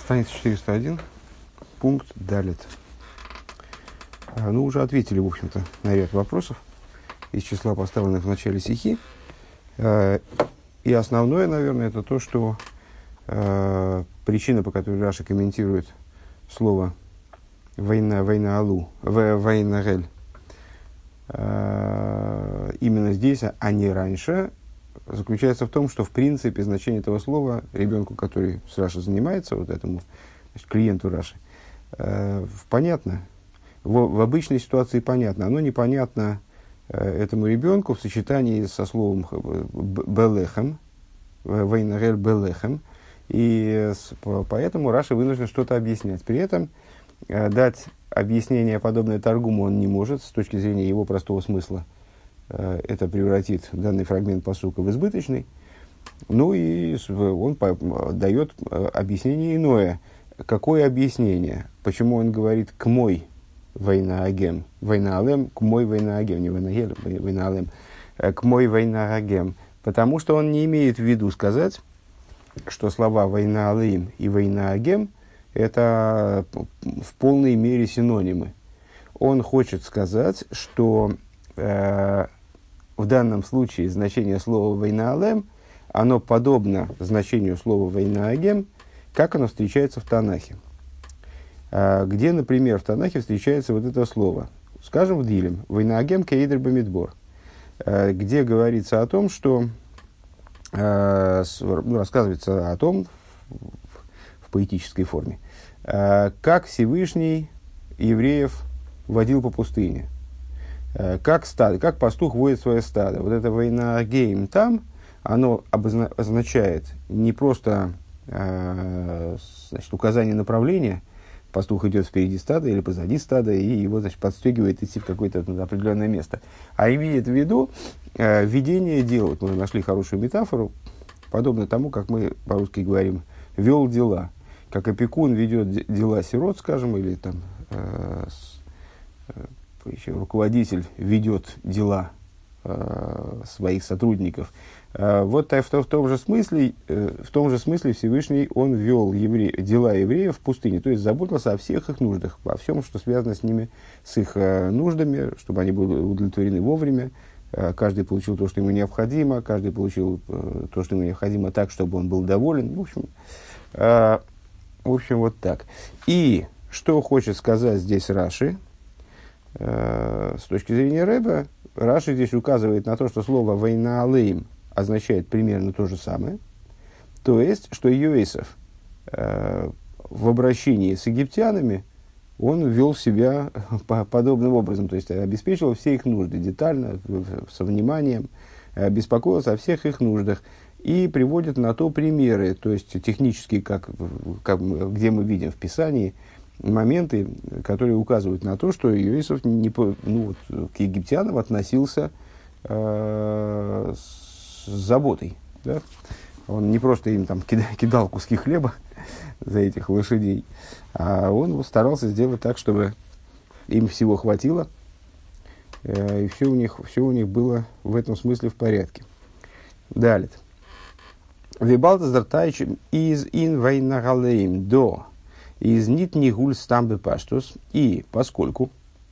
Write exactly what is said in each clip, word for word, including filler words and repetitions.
Страница четыреста один, пункт Далит. Ну, уже ответили, в общем-то, на ряд вопросов из числа поставленных в начале стихи. И основное, наверное, это то, что э, причина, по которой Раши комментирует слово «война, война алу», «война гель», э, именно здесь, а не раньше, заключается в том, что, в принципе, значение этого слова ребенку, который с Раши занимается, вот этому, значит, клиенту Раши, э, понятно. В, в обычной ситуации понятно. Оно непонятно э, этому ребенку в сочетании со словом «белехем», «вейнагель белехем», и с, по, поэтому Раши вынужден что-то объяснять. При этом э, дать объяснение, подобное Таргуму, он не может, с точки зрения его простого смысла. Э, это превратит данный фрагмент пасука в избыточный. Ну и он по, дает объяснение иное. Какое объяснение? Почему он говорит «к мой война агем», «война алем», «к мой война агем», не «война гелем», «война алем», «к мой война агем». Потому что он не имеет в виду сказать, что слова «война алем» и «война агем» – это в полной мере синонимы. Он хочет сказать, что э, в данном случае значение слова «война алем» оно подобно значению слова «война агем», как оно встречается в Танахе. Э, где, например, в Танахе встречается вот это слово. Скажем, в Дилем «война агем кейдер бамидбор», где говорится о том, что э, ну, рассказывается о том в, в поэтической форме, э, как Всевышний евреев водил по пустыне, э, как, стадо, как пастух водит свое стадо. Вот это война гейм там, оно обозна- означает не просто э, значит, указание направления, пастух идет впереди стада или позади стада, и его, значит, подстегивает идти в какое-то ну, определенное место. А имеет в виду э, ведение дел. Вот мы нашли хорошую метафору, подобно тому, как мы по-русски говорим, вел дела. Как опекун ведет дела сирот, скажем, или там э, с, э, еще руководитель ведет дела э, своих сотрудников. Вот в, в, том же смысле, в том же смысле Всевышний он вел евре, дела евреев в пустыне, то есть заботился о всех их нуждах, о всем, что связано с ними, с их нуждами, чтобы они были удовлетворены вовремя, каждый получил то, что ему необходимо, каждый получил то, что ему необходимо так, чтобы он был доволен. В общем, в общем вот так. И что хочет сказать здесь Раши, с точки зрения Ребе, Раши здесь указывает на то, что слово «война алейм» означает примерно то же самое. То есть, что Йосеф э, в обращении с египтянами, он вел себя по, подобным образом, то есть обеспечивал все их нужды детально, в, со вниманием, э, беспокоился о всех их нуждах и приводит на то примеры, то есть технические, как, как, где мы видим в Писании, моменты, которые указывают на то, что Йосеф не, по, ну, вот, к египтянам относился э, с с заботой. Да? Он не просто им там кидал, кидал куски хлеба за этих лошадей, а он старался сделать так, чтобы им всего хватило, э, и все у них, все у них было в этом смысле в порядке. Далее. Вибалтас дартайчем из ин вайнагалеем до из нит нигуль стамбы паштус. И поскольку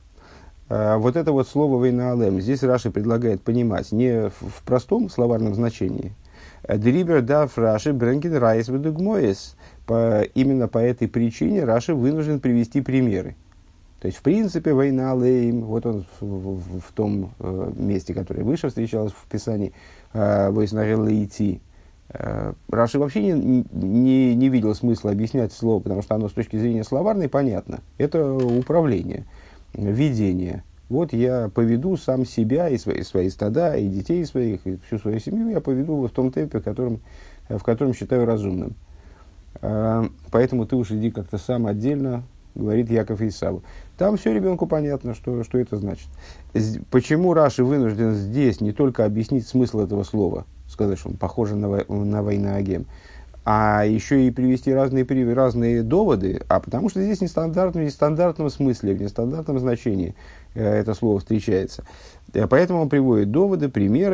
вот это вот слово «война алем» здесь Раши предлагает понимать не в, в простом словарном значении. «Дрибер даф Раши бренген райс ведугмоес». Именно по этой причине Раши вынужден привести примеры. То есть, в принципе, «война алем», вот он в, в, в том э, месте, которое выше встречалось в Писании, «войснагел идти». Раши вообще не, не, не видел смысла объяснять слово, потому что оно с точки зрения словарной понятно. Это управление. Видение. Вот я поведу сам себя и свои, свои стада, и детей своих, и всю свою семью я поведу в том темпе, в котором, в котором считаю разумным. А, поэтому ты уж иди как-то сам отдельно, говорит Яков Исаву. Там все ребенку понятно, что, что это значит. Почему Раши вынужден здесь не только объяснить смысл этого слова, сказать, что он похож на, на война агем, а еще и привести разные, разные доводы, а потому что здесь в нестандартном, нестандартном смысле, в нестандартном значении э, это слово встречается. Поэтому он приводит доводы, примеры,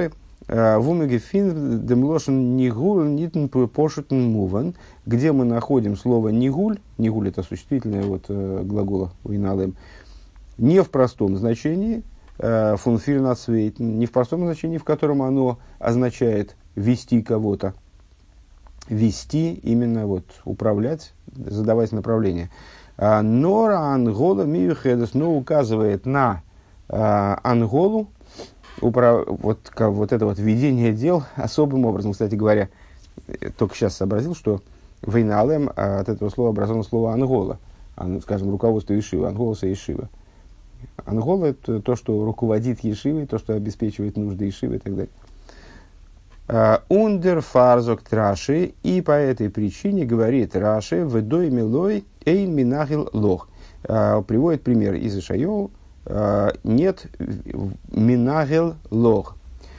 Вумегефин демлошен нигул нитн пошутн муван, где мы находим слово нигуль, нигуль это существительное вот, глагола уиналем, не в простом значении, фунфирнацвейт, не в простом значении, в котором оно означает вести кого-то, вести, именно вот, управлять, задавать направление. Нора ангола миюхедес, но указывает на анголу, управ... вот, вот это вот ведение дел особым образом. Кстати говоря, только сейчас сообразил, что в Эйналем от этого слова образовано слово ангола, а, скажем, руководство Ешивы, анголоса Ешива. Ангола – это то, что руководит Ешивой, то, что обеспечивает нужды Ешивы и так далее. Ундер фарзок Раши, и по этой причине говорит Раши «Ведой милой эйн минахил лох». Приводит пример из Ишайоу. Нет минахил лох.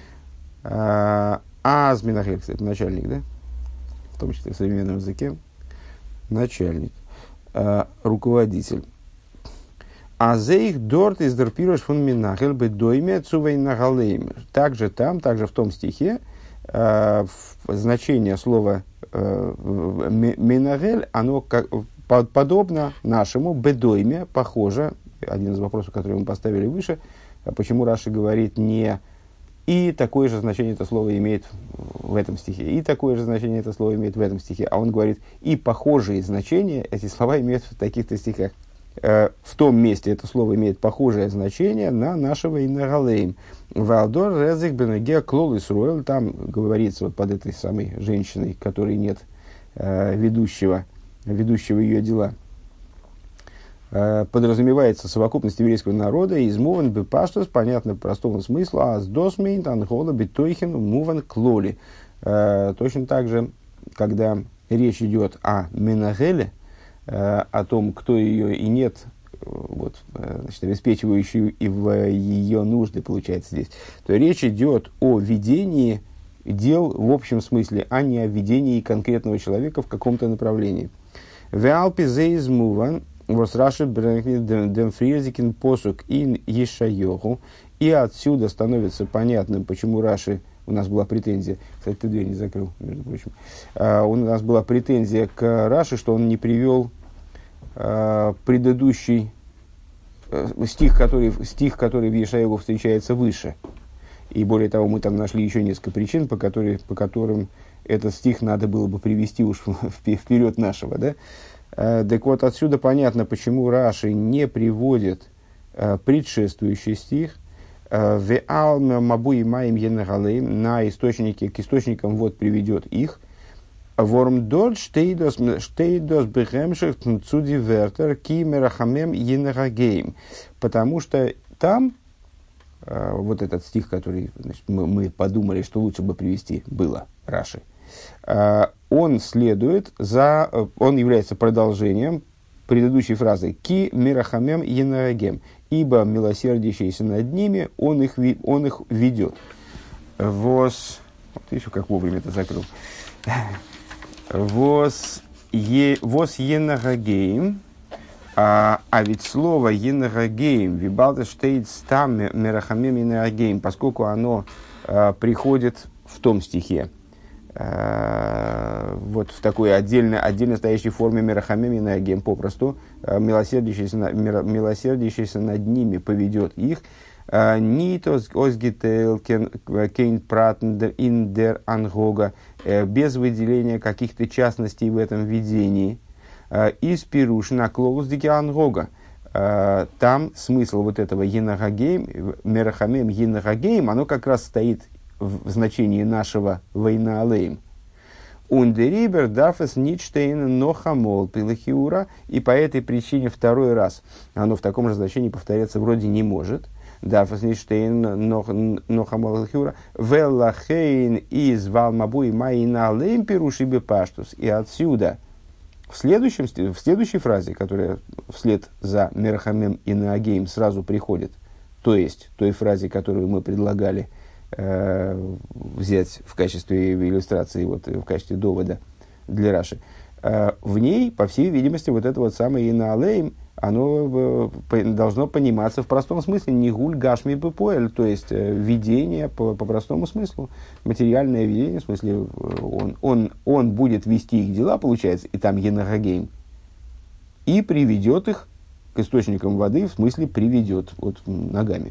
Аз минахил, кстати, начальник, да? В том числе в современном языке. Начальник. Руководитель. Азейх дорт из дерпируш фун минахил бедойме цувей нагалейм. Также там, также в том стихе, э, значение слова э, минахель, оно как, под, подобно нашему бедойме, похоже. Один из вопросов, который мы поставили выше, почему Раши говорит не и такое же значение это слово имеет в этом стихе, и такое же значение это слово имеет в этом стихе, а он говорит и похожие значения эти слова имеют в таких-то стихах. В том месте это слово имеет похожее значение на нашего Иннагалейм. Валдор резик бенегеа клол Исруэль, там говорится вот под этой самой женщиной, которой нет э, ведущего, ведущего ее дела. Э, подразумевается совокупность еврейского народа, из муван бепаштус, понятно простому смыслу, а с досмейн ангола бетойхен муван клоли. Э, точно так же, когда речь идет о Менагеле, о том, кто ее и нет, вот, значит, обеспечивающий и в ее нужды, получается здесь, то речь идет о ведении дел в общем смысле, а не о ведении конкретного человека в каком-то направлении. Веалпи зейзмуван восраши брэнкни демфризикин посук ин ешайоху, и отсюда становится понятным, почему Раши, у нас была претензия, кстати, ты дверь не закрыл, между прочим, uh, у нас была претензия к Раши, что он не привел uh, предыдущий uh, стих, который, стих, который в Ешайоху встречается выше. И более того, мы там нашли еще несколько причин, по, которые, по которым этот стих надо было бы привести уж вперед нашего. Да? Uh, так вот, отсюда понятно, почему Раши не приводит uh, предшествующий стих, на источники, к источникам вот приведет их. Ворм дорт штейдос бехемших цуди вертер кимерахамем енерагейм. Потому что там, вот этот стих, который, значит, мы, мы подумали, что лучше бы привести, было Раши, он следует за, он является продолжением предыдущей фразы «Ки мирахамем енерагем», ибо милосердящийся над ними, он их, он их ведет. Вос, вот еще как вовремя это закрыл. Вос, е, вос енерагем, а, а ведь слово енерагем, вибалта штейт стам мирахамем енерагем, поскольку оно а, приходит в том стихе, вот в такой отдельно, отдельно стоящей форме мирахамем енерагем, попросту милосердящийся, милосердящийся над ними поведет их. Нитос озгител кейн пратндер индер ангога, без выделения каких-то частностей в этом видении. Из пируш на клоус дики ангога. Там смысл вот этого енерагем, мирахамем енерагем, оно как раз стоит в значении нашего война алейм. Ундерибер дафес нитштейн нохамол пилахиура, и по этой причине второй раз оно в таком же значении повторяться вроде не может. Дафес нитштейн нохамол пилахиура веллахейн из валмабуи майна алейм пирушибе паштус. И отсюда в, следующем, в следующей фразе, которая вслед за мерхамем и наагейм сразу приходит, то есть той фразе, которую мы предлагали взять в качестве иллюстрации, вот, в качестве довода для Раши. В ней, по всей видимости, вот это вот самое Инаалейм, оно должно пониматься в простом смысле, нигуль гашми бепоэль, то есть видение по, по простому смыслу, материальное видение, в смысле он, он, он будет вести их дела, получается, и там енагагейм, и приведет их к источникам воды, в смысле приведет вот, ногами.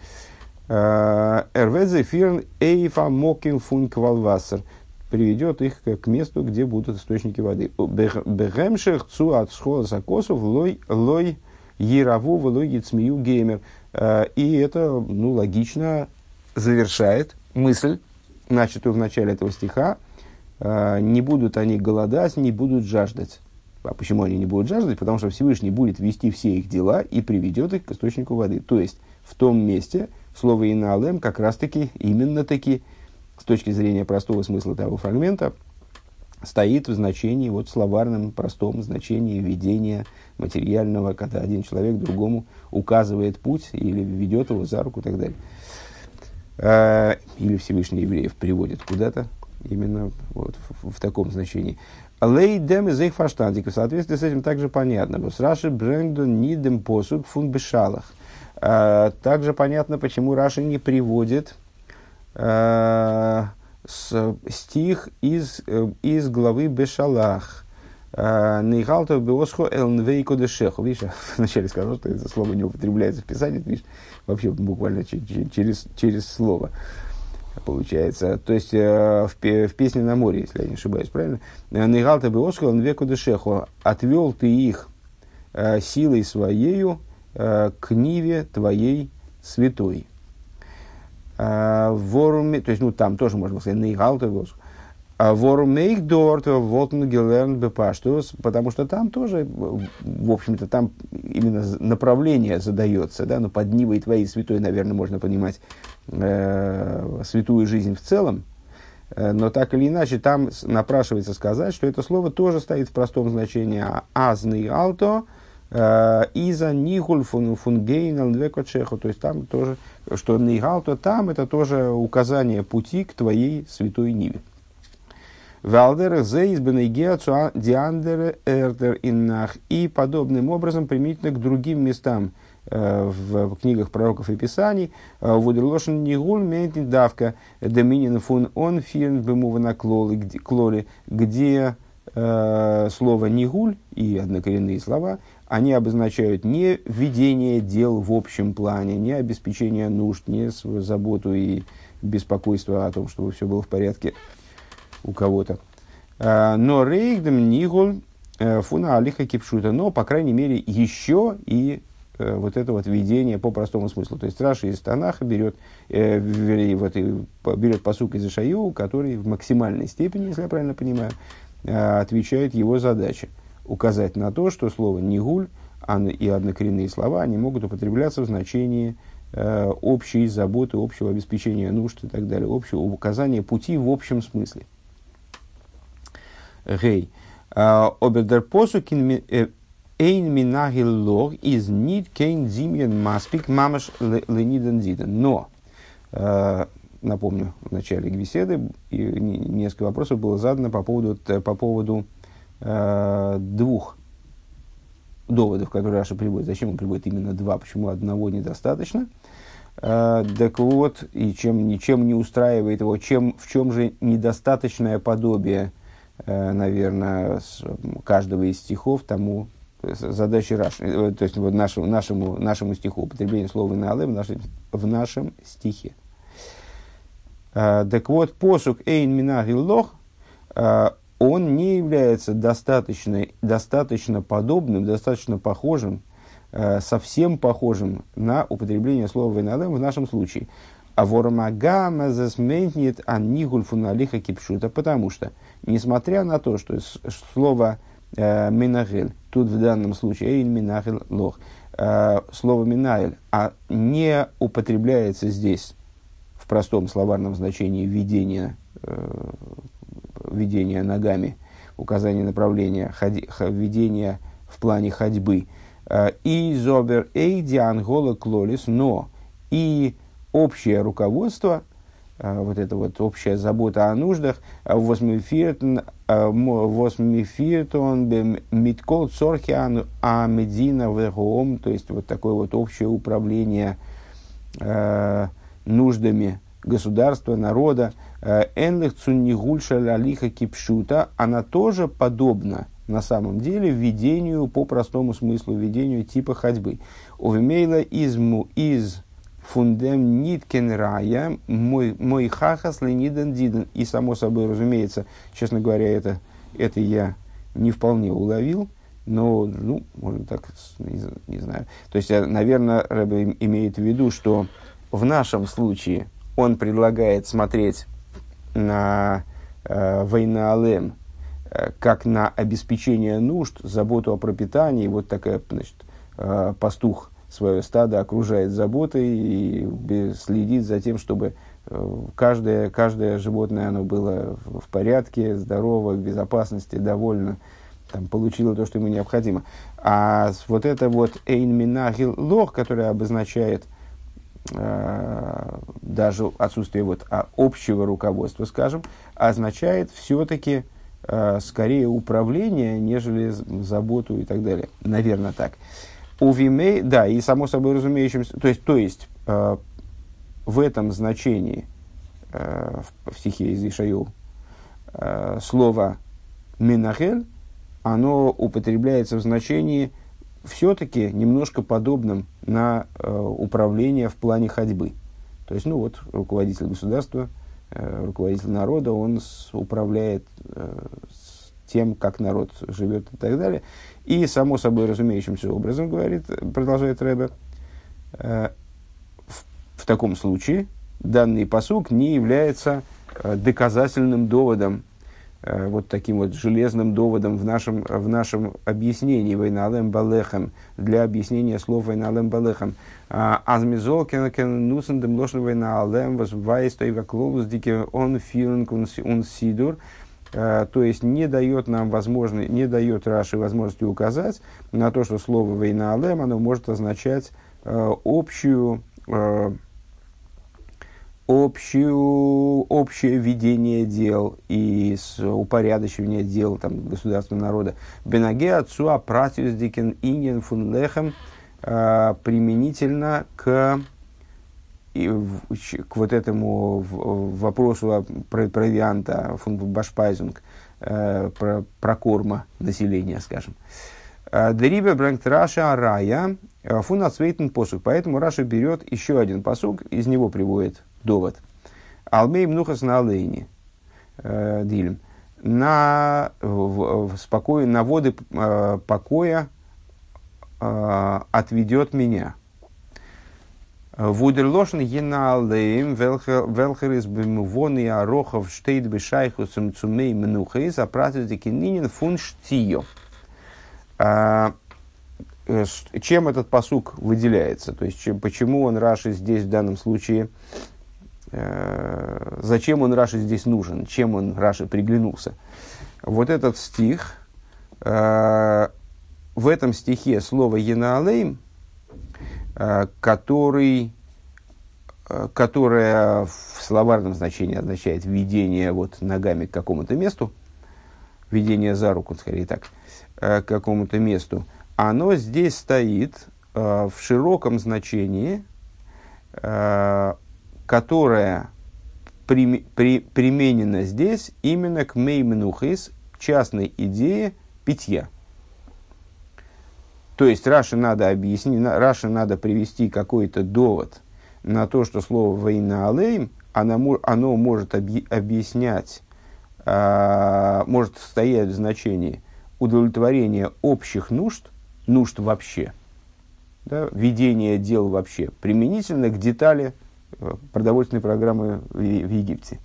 Эрвезе фирн эйфа моким фун квалвассер, приведет их к месту, где будут источники воды. Бегемшех цу от школы сакосов лой лой ярову лой яцмию геймер. И это, ну, логично завершает мысль, начатую в начале этого стиха. Не будут они голодать, не будут жаждать. А почему они не будут жаждать? Потому что Всевышний будет вести все их дела и приведет их к источнику воды. То есть, в том месте слово «инаалем» как раз-таки, именно-таки, с точки зрения простого смысла того фрагмента, стоит в значении, вот словарном, простом значении видения материального, когда один человек другому указывает путь или ведет его за руку и так далее. Или Всевышний евреев приводит куда-то, именно вот в, в таком значении. Лей дем из их фаштандик. В соответствии с этим также понятно. С Раши брэнгдон нидем посук фун бешалах. Также понятно, почему Раши не приводит э, с, стих из, э, из главы Бешалах. Нейхалтов биосхо элнвей кодешеху. Видишь, я вначале сказал, что это слово не употребляется в Писании. Видишь, вообще буквально через, через слово. Получается, то есть э, в, в песне на море, если я не ошибаюсь, правильно? Нейгалта биосхо элнвей кодешеху. Отвел ты их э, силой своею к ниве твоей святой. Воруме, то есть, ну, там тоже можно сказать, нейгал ты воск. Ворумейх дорт волтен гелерн бепаштус, потому что там тоже, в общем-то, там именно направление задается, да, но под нивой твоей святой, наверное, можно понимать э, святую жизнь в целом, но так или иначе, там напрашивается сказать, что это слово тоже стоит в простом значении азный алто, иза нигуль фунгейнал двекочеху, то есть там тоже, что нигал, то там это тоже указание пути к твоей святой ниве. Валдер зе избенегеа диандер эрдер иннах, и подобным образом применительно к другим местам э, в книгах пророков и писаний. Вудерлошен нигуль ментин давка доминин фун он фирн бемувана клоли, где э, слово нигуль и однокоренные слова они обозначают не ведение дел в общем плане, не обеспечение нужд, не заботу и беспокойство о том, чтобы все было в порядке у кого-то. Но рейгдем нигуль фуна алиха кипшута, но, по крайней мере, еще и вот это вот ведение по простому смыслу. То есть Раши из Танаха берет, э, вот, берет пасук из Ишайю, который в максимальной степени, если я правильно понимаю, отвечает его задаче. Указать на то, что слово «нигуль» и однокоренные слова, они могут употребляться в значении э, общей заботы, общего обеспечения нужд и так далее, общего указания пути в общем смысле. Гей. Обердер посукин эйн минагил лог из нит кейн зимьен маспик мамаш лениден диден. Но, э, напомню, в начале беседы несколько вопросов было задано по поводу, по поводу двух доводов, которые Раша приводит. Зачем он приводит именно два? Почему одного недостаточно? Э, так вот, и чем ничем не устраивает его, чем, в чем же недостаточное подобие, э, наверное, с каждого из стихов тому задачи Раши, э, то есть вот нашему, нашему, нашему стиху, употребление слова «наалем» в нашем, в нашем стихе. Э, так вот, посук «эйн минагил лох» э, он не является достаточно, достаточно подобным, достаточно похожим, э, совсем похожим на употребление слова «вейналем» в нашем случае. А воромагама засментнет аннигуль фуналиха кипшута, потому что, несмотря на то, что слово э, «минагель», тут в данном случае «эйн минагель лох», э, слово «минагель» а не употребляется здесь в простом словарном значении «видение», э, ведение ногами, указание направления, ходи, ведение в плане ходьбы. И зобер эйди ангола клолис, но и общее руководство вот эта вот общая забота о нуждах, восмифиртон миткол цорхиан а медина вегоом, то есть вот такое вот общее управление э, нуждами государства, народа, энлих цуннигульша лалиха кипшута, она тоже подобна на самом деле введению по простому смыслу, введению типа ходьбы. Увимейла изму из фундем ниткен рая мой, мой хахас лениден диден. И само собой, разумеется, честно говоря, это, это я не вполне уловил, но, ну, можно так, не, не знаю. То есть, наверное, Рэбе имеет в виду, что в нашем случае он предлагает смотреть на э, вейнаалем э, как на обеспечение нужд, заботу о пропитании. Вот такая, значит, э, пастух свое стадо окружает заботой и следит за тем, чтобы каждое, каждое животное оно было в порядке, здорово, в безопасности, довольно, там, получило то, что ему необходимо. А вот это вот «эйн минахил лох», которое обозначает э, даже отсутствие вот, а, общего руководства, скажем, означает все-таки э, скорее управление, нежели заботу и так далее. Наверное, так. Увимей, да, и само собой разумеющимся, то есть, то есть э, в этом значении, э, в, в стихе из Ишайю, э, слово «минахель», оно употребляется в значении все-таки немножко подобным на э, управление в плане ходьбы. То есть, ну вот, руководитель государства, э, руководитель народа, он с, управляет э, с тем, как народ живет и так далее. И, само собой разумеющимся образом, говорит, продолжает Рэбе, э, в, в таком случае данный пасук не является э, доказательным доводом, э, вот таким вот железным доводом в нашем, в нашем объяснении «вейналем балехам», для объяснения слов «вейналем балехам». «Азмизол кен нусен дем лошен вейналем возвайс тойва клолус дике он филен ун сидур». То есть не дает нам возможности, не дает Раши возможности указать на то, что слово «вейнаалем» оно может означать э, общую, э, общую, общее ведение дел и с, упорядочивание дел там, государства, народа. «Бенаге отцу апратиус дикен иньен фун лехем» применительно к И в, к вот этому в, вопросу про провианта, фун башпайзунг, э, про прокорма населения, скажем. Дерибе брэнгт Раша рая фун ацвейтен посук. Поэтому Раша берет еще один посук, из него приводит довод. Алмей мнухас на алейни дилем. На, в, в спокой, на воды э, покоя э, отведет меня. Вудерлошен еналеем велхерис бимвон и арохов штейт бешайхусом цумей мнухейс, а пратис декининин фун штио. Чем этот пасук выделяется? То есть, чем, почему он Раши здесь в данном случае, э, зачем он Раши здесь нужен? Чем он Раши приглянулся? Вот этот стих, э, в этом стихе слово еналеем, Который, которое в словарном значении означает ведение вот ногами к какому-то месту, ведение за руку, скорее так, к какому-то месту, оно здесь стоит в широком значении, которое при, при, применено здесь именно к мейменухис, частной идее питья. То есть Раши надо объяснить, Раши надо привести какой-то довод на то, что слово «вейнаалейм» оно, оно может объ, объяснять, э, может стоять в значении удовлетворения общих нужд, нужд вообще, да, ведения дел вообще, применительно к детали продовольственной программы в, в Египте.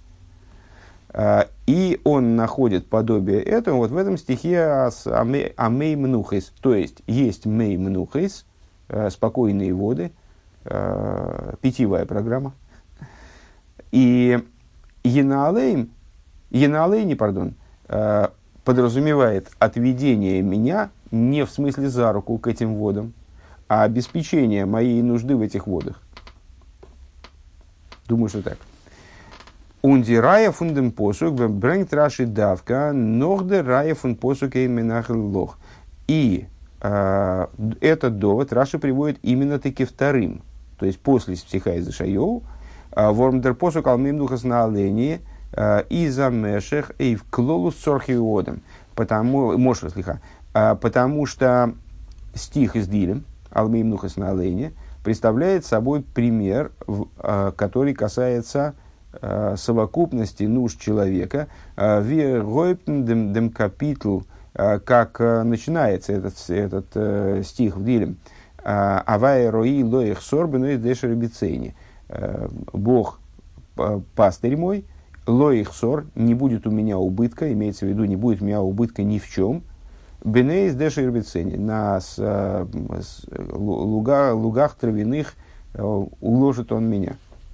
И он находит подобие этого вот в этом стихе «Амей мнухейс». То есть, есть «мей мнухейс», спокойные воды, питьевая программа. И «енаалейм», «енаалейни», пардон, подразумевает отведение меня не в смысле за руку к этим водам, а обеспечение моей нужды в этих водах. Думаю, что так. Унди рая фундем посук брэнгт раши давка ногде рая фун посук эйн менахел лох. И э, этот довод Раши приводит именно таки вторым, то есть после стиха из Ишайоу, вормдер посук алмимдухас на олене и замешех и в клолус сорхиодом, потому, может, слиха, потому что стих из Дилем, алмимдухас на олене, представляет собой пример, который касается совокупности нужд человека, вергойптен дем капитл, как начинается этот, этот э, стих в Дилем. Авай рои лоих сорбену и дешер бицейни. Бог пастырь мой, лоих сор, не будет у меня убытка, имеется в виду, не будет у меня убытка ни в чем. Бенейс дешер бицейни. На с, с, луга, лугах травяных уложит он меня.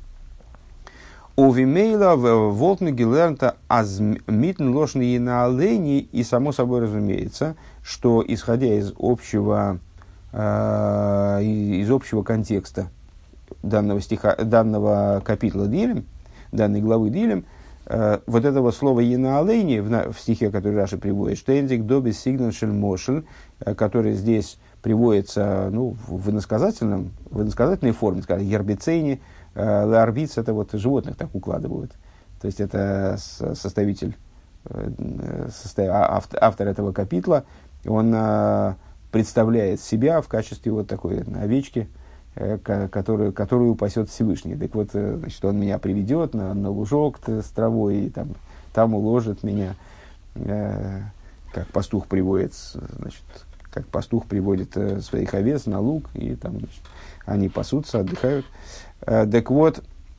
Овимейла волтны гилернта азмитн ложные на олени, и само собой разумеется, что исходя из общего, э, из общего контекста данного стиха, данного капитла Дилем, данной главы Дилем, э, вот этого слова «ена олени» в, в стихе, который Раши приводит, «штейнзик доби сигнан шель мошель», который здесь приводится ну, в иносказательном, в иносказательной форме, скажем, «ербицейни», ларбиц — это вот животных так укладывают. То есть это составитель, состав, автор этого капитла, он представляет себя в качестве вот такой овечки, которую, которую пасет Всевышний. Так вот, значит, он меня приведет на, на лужок с травой, и там, там уложит меня, как пастух приводит, значит, как пастух приводит своих овец на луг, и там, значит, они пасутся, отдыхают. Так вот,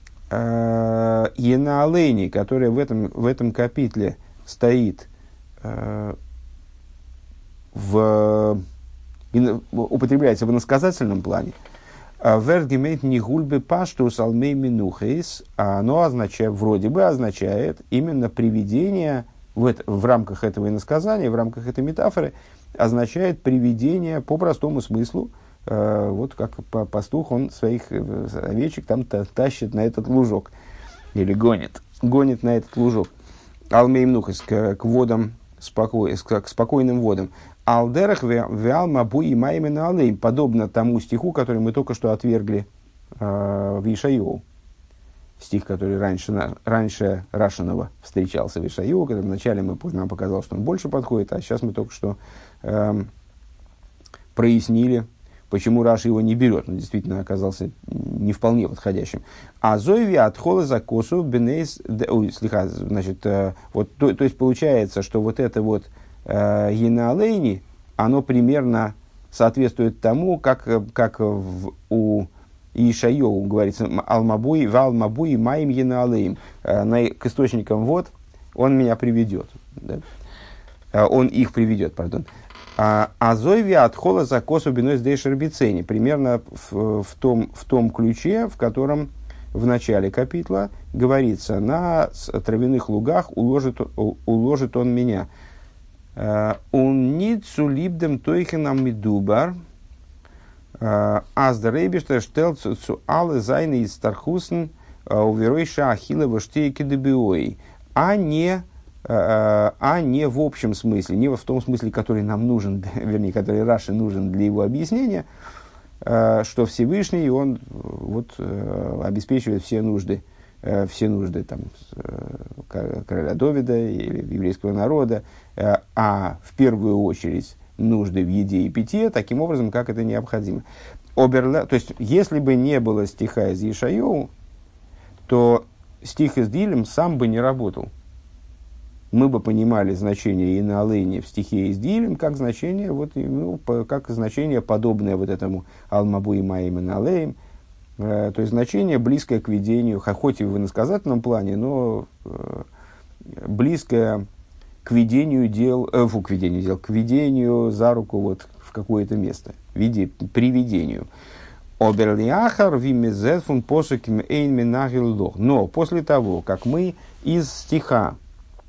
Ена олени, которая в этом, в этом капитле стоит в, употребляется в иносказательном плане, вергемейт нигульбе паштус алмей минухейс, оно означает, вроде бы означает именно приведение в, это, в рамках этого иносказания, в рамках этой метафоры, означает приведение по простому смыслу. Uh, вот как пастух, он своих овечек там тащит на этот лужок. Или гонит. Гонит на этот лужок. Алмей мнухас к, к водам, спокой, к спокойным водам. Алдерах вял мабу и маймена алейм. Подобно тому стиху, который мы только что отвергли uh, в Ишайоу. Стих, который раньше, раньше Рашинова встречался в Ишайоу, который вначале мы, нам показал, что он больше подходит, а сейчас мы только что uh, прояснили, почему Раши его не берет. Он действительно оказался не вполне подходящим. А зови отхола за косу бенейс... Ой, слегка, значит, э, вот, то, то есть получается, что вот это вот э, енаалейни, оно примерно соответствует тому, как, как в, у Ишайоу говорится, алмабуи, валмабуи, маим енаалейм. Э, к источникам вод он меня приведет. Да? Э, он их приведет, пардон. Азойви от хола за косу биной дейшер бицени. Примерно в, в, том, в том ключе, в котором в начале капитла говорится: на травяных лугах уложит, уложит он меня. Он нит сулибдем тойхенам мидубар. Аздарейбиштер штел цу але зайны из стархусен уверойша ахилла воштейки дебиой. А не а не в общем смысле, не в том смысле, который нам нужен, вернее, который Раши нужен для его объяснения, что Всевышний, он вот, обеспечивает все нужды, все нужды там, короля Довида или еврейского народа, а в первую очередь нужды в еде и питье, таким образом, как это необходимо. Оберла, то есть, если бы не было стиха из Ишайоу, то стих из Дилем сам бы не работал. Мы бы понимали значение инаалейни в стихе из Дилем как значение, вот, ну, по, как значение, подобное вот этому алмабу и маим инаалеем, э, то есть значение, близкое к видению, хоть и в иносказательном плане, но э, близкое к видению дел, э, фу, к видению дел, к видению за руку вот в какое-то место, в виде привидению. Оберлиахар вимезет фун посуким эйн минагил лох. Но после того, как мы из стиха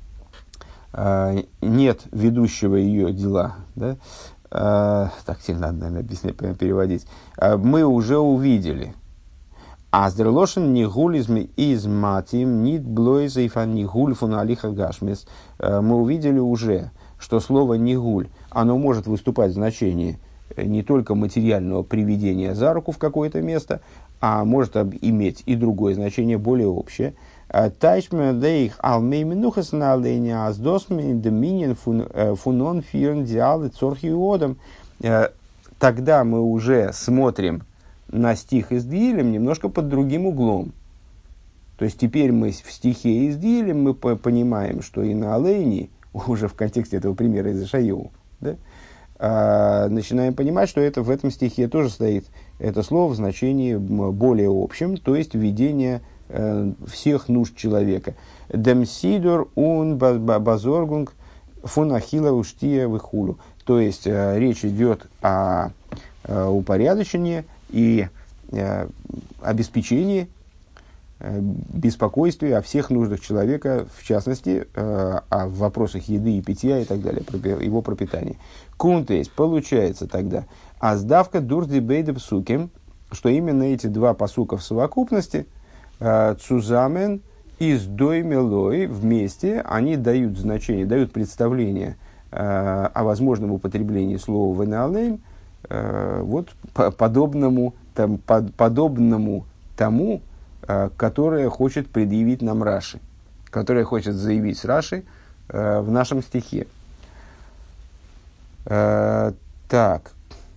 нет ведущего ее дела, да? а, так сильно надо, наверное, объяснять, переводить, а, мы уже увидели. Аздерлошен нигуль из матим нит блойзейфа нигуль фуналиха гашмес. Мы увидели уже, что слово нигуль, оно может выступать в значении не только материального приведения за руку в какое-то место, а может иметь и другое значение, более общее. Тайшме дейх алмейминухас на оленя аздосме доминин фунон фирн диалы цорхиодом. Тогда мы уже смотрим на стих из Дилем немножко под другим углом. То есть теперь мы в стихе из Дилем мы понимаем, что и на олене, уже в контексте этого примера из Ишайяу, да, а, начинаем понимать, что это в этом стихе тоже стоит это слово в значении более общем, то есть введение э, всех нужд человека. Демсидор ун базоргунг фун ахила уштия вихулю. То есть э, речь идет о э, упорядочении и э, обеспечении, э, беспокойстве о всех нуждах человека, в частности, э, о вопросах еды и питья и так далее, его пропитания. Кунтейс, получается тогда, а сдавка дурди бейда псуким, что именно эти два пасука в совокупности, цузамен и сдоймелой вместе, они дают значение, дают представление э, о возможном употреблении слова венаалейм, э, вот по, подобному, там, под, подобному тому, э, которое хочет предъявить нам Раши, которое хочет заявить Раши э, в нашем стихе. Э, так.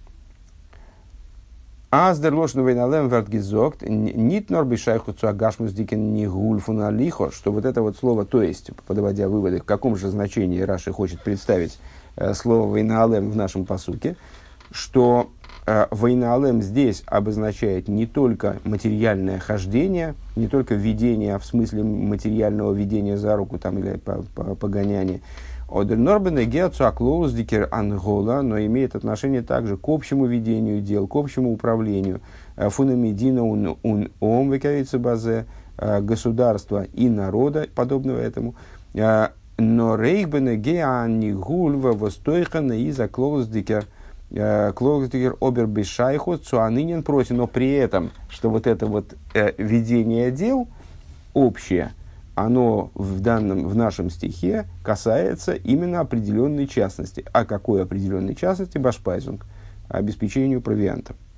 Аздер лошну вейналем вертгизокт нит норби шайху цуагашмус дикен нигуль фуналихо, что вот это вот слово, то есть, подводя выводы, в каком же значении Раши хочет представить э, слово вейналем в нашем пасуке, что э, вейналем здесь обозначает не только материальное хождение, не только ведение в смысле материального ведения за руку там, или погоняния, Одер Норбене Геоцуаклоус Дикер Ангола, но имеет отношение также к общему ведению дел, к общему управлению. Фунамедина ун ом векавица базе государства и народа, подобного этому. Но Рейхбене Геани Гульва Востойхана и за Клоус Дикер Клоус Дикер Обербешайху Цуанинин против, но при этом, что вот это вот ведение дел общее, оно в, данном, в нашем стихе касается именно определенной частности. А какой определенной частности? Башпайзунг, обеспечению провиантом.